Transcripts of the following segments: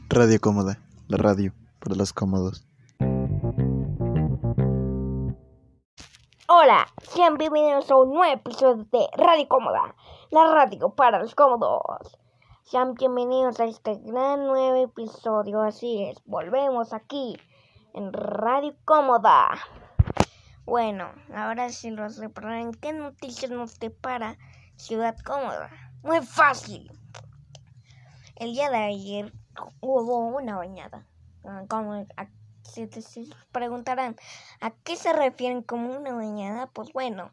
Radio Cómoda, la radio para los cómodos. Hola, sean bienvenidos a un nuevo episodio de Radio Cómoda, la radio para los cómodos. Sean bienvenidos a este gran nuevo episodio, así es, volvemos aquí en Radio Cómoda. Bueno, ahora sí los recordarán qué noticias nos depara Ciudad Cómoda. Muy fácil. El día de ayer hubo una bañada. Si se preguntarán a qué se refieren como una bañada, pues bueno,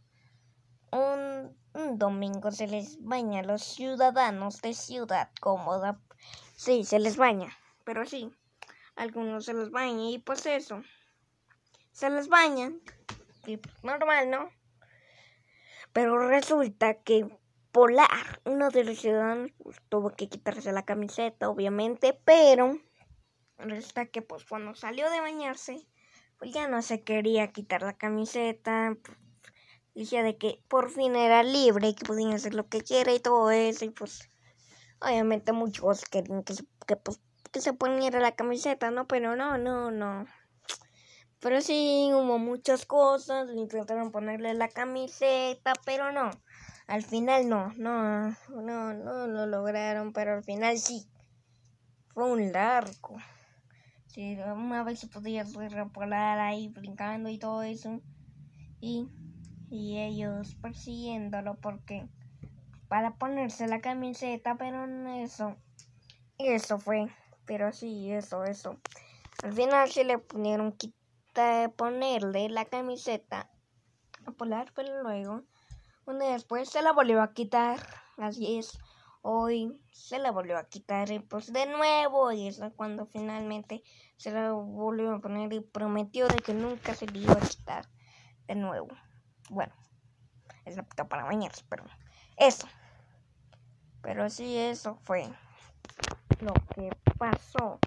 un domingo se les baña a los ciudadanos de Ciudad Cómoda. Sí, se les baña, pero sí, algunos se les baña y pues eso, se les bañan, y pues normal, ¿no? Pero resulta que Polar, uno de los ciudadanos, pues, tuvo que quitarse la camiseta, obviamente, pero resulta que pues cuando salió de bañarse, pues ya no se quería quitar la camiseta. Decía de que por fin era libre y que podía hacer lo que quiera y todo eso. Y pues obviamente muchos querían que se poniera la camiseta, ¿no? Pero no. Pero sí hubo muchas cosas, intentaron ponerle la camiseta, pero no. Al final no lo lograron, pero al final sí. Fue un largo. Sí, una vez se podía repolar ahí brincando y todo eso. Y ellos persiguiéndolo porque para ponerse la camiseta, pero no eso fue. Pero sí, eso. Al final se le pudieron ponerle la camiseta a Polar, pero luego, un día después, se la volvió a quitar. Así es. Hoy se la volvió a quitar y pues de nuevo, y eso cuando finalmente se la volvió a poner y prometió de que nunca se le iba a quitar de nuevo. Bueno, es apto para bañarse, pero eso. Pero sí, eso fue lo que pasó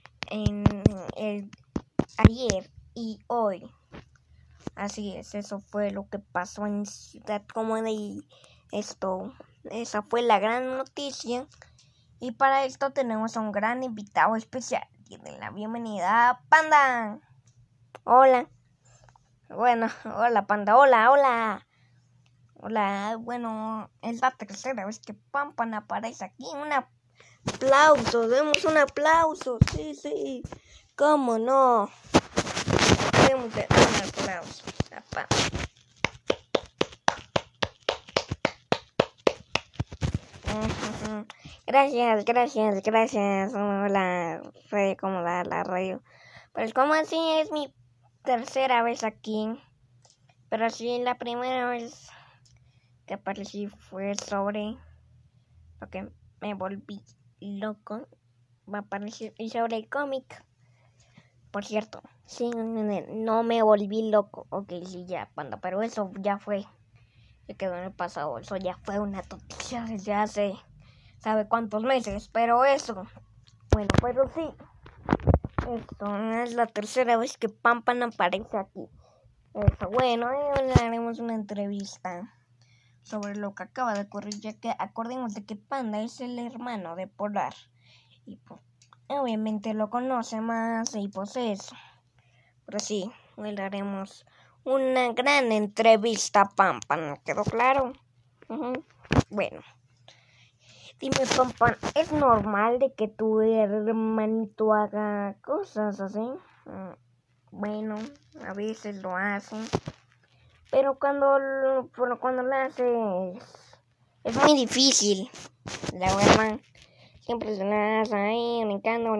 ayer y hoy. Así es, eso fue lo que pasó en Ciudad Cómoda y esa fue la gran noticia. Y para esto tenemos a un gran invitado especial. Tienen la bienvenida a Panda. Hola. Bueno, hola Panda, hola. Bueno, es la tercera vez que Pampan aparece aquí. Un aplauso, demos un aplauso. Sí, cómo no. Demos un aplauso a Pampa. Gracias. Hola, Radio Cómoda, la radio. Pues como así es mi tercera vez aquí. Pero sí, la primera vez que aparecí fue sobre lo que me volví loco. Va a aparecer y sobre el cómic. Por cierto, sí, no me volví loco. Ok, sí, ya, pero eso ya fue. Se quedó en el pasado. Eso ya fue una noticia desde hace sabe cuántos meses. Pero eso, bueno, pero sí. Esto es la tercera vez que Pampan aparece aquí. Eso, bueno, le haremos una entrevista sobre lo que acaba de ocurrir, ya que acordemos de que Panda es el hermano de Polar y pues obviamente lo conoce más y pues eso. Pero sí, le haremos una gran entrevista a Pampan, ¿quedó claro? Bueno, dime Pampan, ¿es normal de que tu hermanito haga cosas así? Bueno, a veces lo hacen. Pero cuando lo hace es muy difícil, la verdad. Siempre se la hace ahí brincando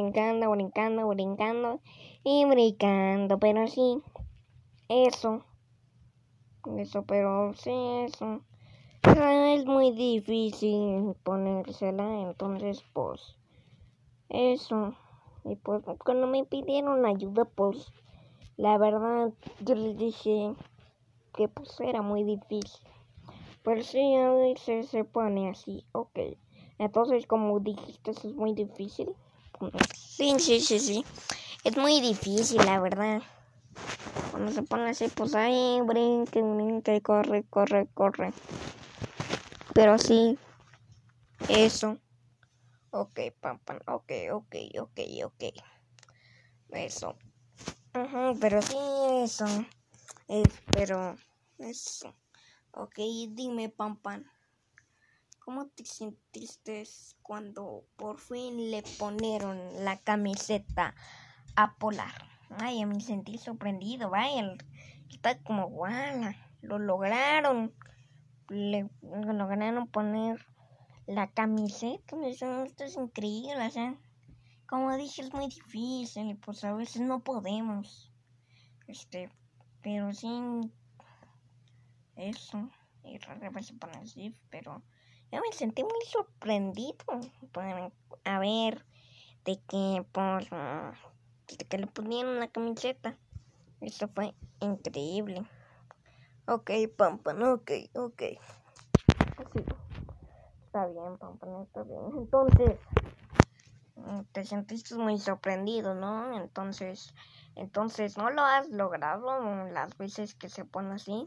y brincando. Pero sí, eso, pero sí, eso. Es muy difícil ponérsela, entonces pues eso. Y pues cuando me pidieron ayuda, pues la verdad yo les dije que pues era muy difícil. Pero sí, a veces se pone así, ok. Entonces, como dijiste, eso es muy difícil. Sí. Es muy difícil, la verdad. Cuando se pone así, pues ahí brinca y corre. Pero sí, eso. Ok, Pampan, ok. Eso. Pero sí, eso. Pero eso. Ok, dime, Pampan, ¿cómo te sentiste cuando por fin le ponieron la camiseta a Polar? Ay, me sentí sorprendido, vaya. Está como guau, lo lograron. Le lograron poner la camiseta. Esto es increíble, o sea, como dije, es muy difícil y pues a veces no podemos. Pero sí, eso. Y rara vez se pone así, pero yo me sentí muy sorprendido. Pues, a ver, de que, pues, de que le ponieron la camiseta. Eso fue increíble. Ok, Pampan, ok. Sí, está bien, Pampan, está bien. Entonces, te sentiste muy sorprendido, ¿no? Entonces, ¿no lo has logrado las veces que se pone así?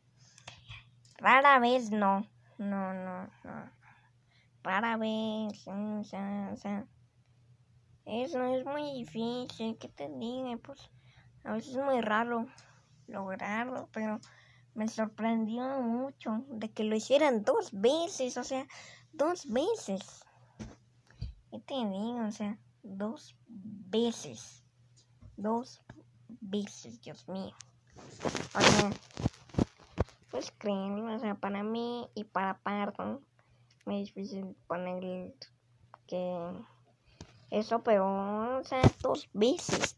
Rara vez no. No. Rara vez, o sea, eso es muy difícil, ¿qué te digo? Pues a veces es muy raro lograrlo, pero me sorprendió mucho de que lo hicieran 2 veces, o sea, 2 veces. ¿Qué te digo? O sea, 2 veces. 2 veces, Dios mío. O sea, pues créanlo, o sea, para mí y para Pardon, me es difícil poner que eso, pero, o sea, 2 veces.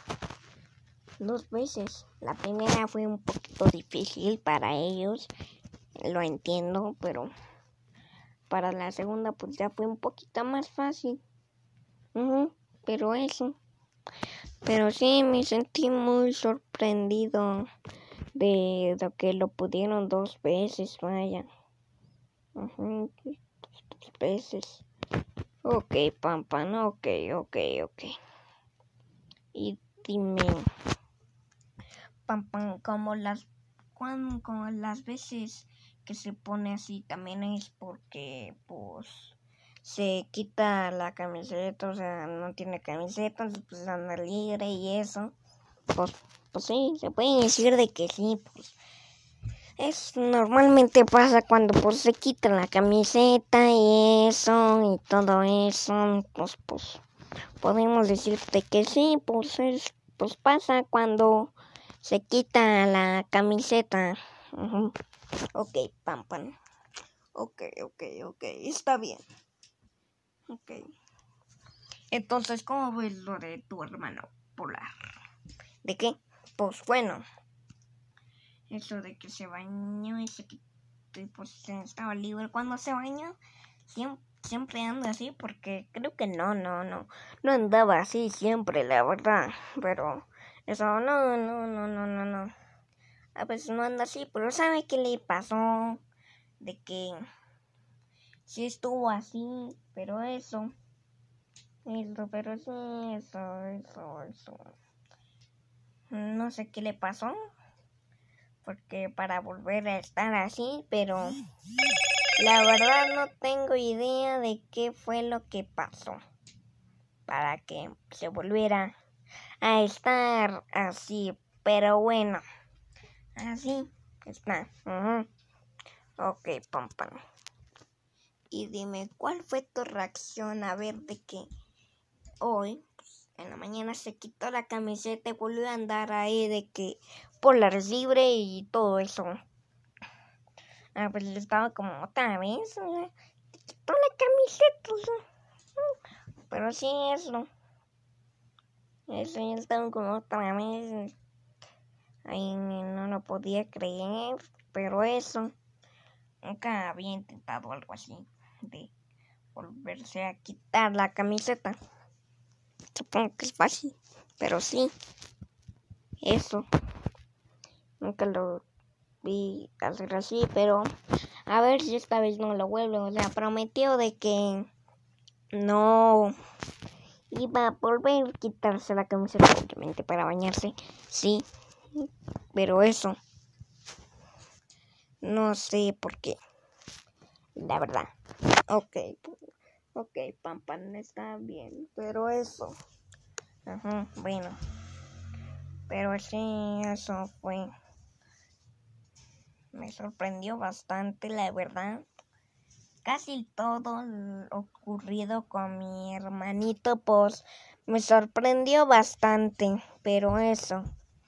2 veces. La primera fue un poquito difícil para ellos, lo entiendo, pero para la segunda pues ya fue un poquito más fácil. Pero eso. Pero sí, me sentí muy sorprendido de que lo pudieron 2 veces, vaya. 2 veces. Ok, Pampan, ok. Y dime, Pampan, como las veces que se pone así también es porque pues se quita la camiseta, o sea, no tiene camiseta, entonces pues anda libre y eso. Pues sí, se puede decir de que sí, pues es normalmente pasa cuando pues se quita la camiseta y eso y todo eso, pues podemos decirte que sí, pues pasa cuando se quita la camiseta. Ok, Pampan. Ok, está bien. Ok. Entonces, ¿cómo ves lo de tu hermano Polar? ¿De qué? Pues bueno, eso de que se bañó y pues estaba libre cuando se bañó. Siempre anda así porque creo que no andaba así siempre, la verdad. Pero eso no. A veces no anda así, pero ¿sabe qué le pasó? De que sí estuvo así, pero pero sí, eso. No sé qué le pasó, porque para volver a estar así, pero la verdad no tengo idea de qué fue lo que pasó para que se volviera a estar así, pero bueno, así está. Ok, Pampan. Y dime, ¿cuál fue tu reacción a ver de que hoy, pues, en la mañana se quitó la camiseta y volvió a andar ahí de que Polar es libre y todo eso? Pues yo estaba como otra vez, o sea, te quitó la camiseta, o sea, pero sí, eso yo estaba como otra vez, ahí no lo podía creer, pero eso, nunca había intentado algo así, de volverse a quitar la camiseta. Supongo que es fácil, pero sí, eso. Nunca lo vi hacer así, pero a ver si esta vez no lo vuelve. O sea, prometió de que no iba a volver a quitarse la camiseta, obviamente, para bañarse. Sí, pero eso, no sé por qué, la verdad. Ok, Ok, Pampan, está bien, pero eso. Bueno. Pero sí, eso fue. Me sorprendió bastante, la verdad. Casi todo lo ocurrido con mi hermanito, pues me sorprendió bastante. Pero eso.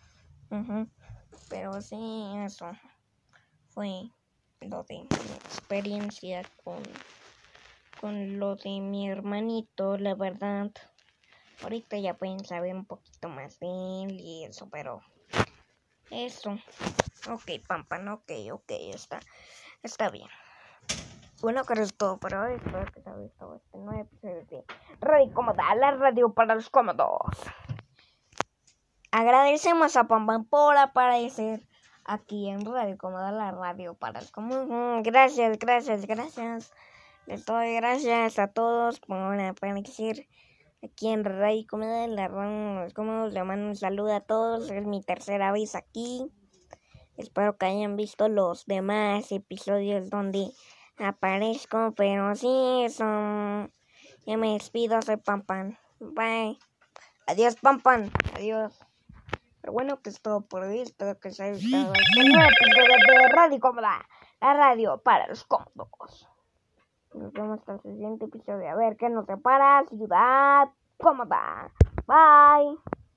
Pero sí, eso fue lo de mi experiencia con lo de mi hermanito, la verdad. Ahorita ya pueden saber un poquito más de él y eso, pero eso. Ok, Pampan, ok, está bien. Bueno, que es todo por hoy. Espero que te haya gustado este nuevo episodio de Radio Cómoda, la radio para los cómodos. Agradecemos a Pampan por aparecer aquí en Radio Cómoda, la radio para los cómodos. Gracias. Les doy gracias a todos por aparecer aquí en Radio Cómoda, la radio para los cómodos. Le mando un saludo a todos. Es mi tercera vez aquí. Espero que hayan visto los demás episodios donde aparezco, pero sí, eso. Ya me despido, soy Pampan. Bye. Adiós, Pampan. Adiós. Pero bueno, que es todo por hoy. Espero que os haya gustado este nuevo episodio de Radio Cómoda, la radio para los cómodos. Nos vemos hasta el siguiente episodio. A ver qué nos separa. Ciudad Cómoda. Bye.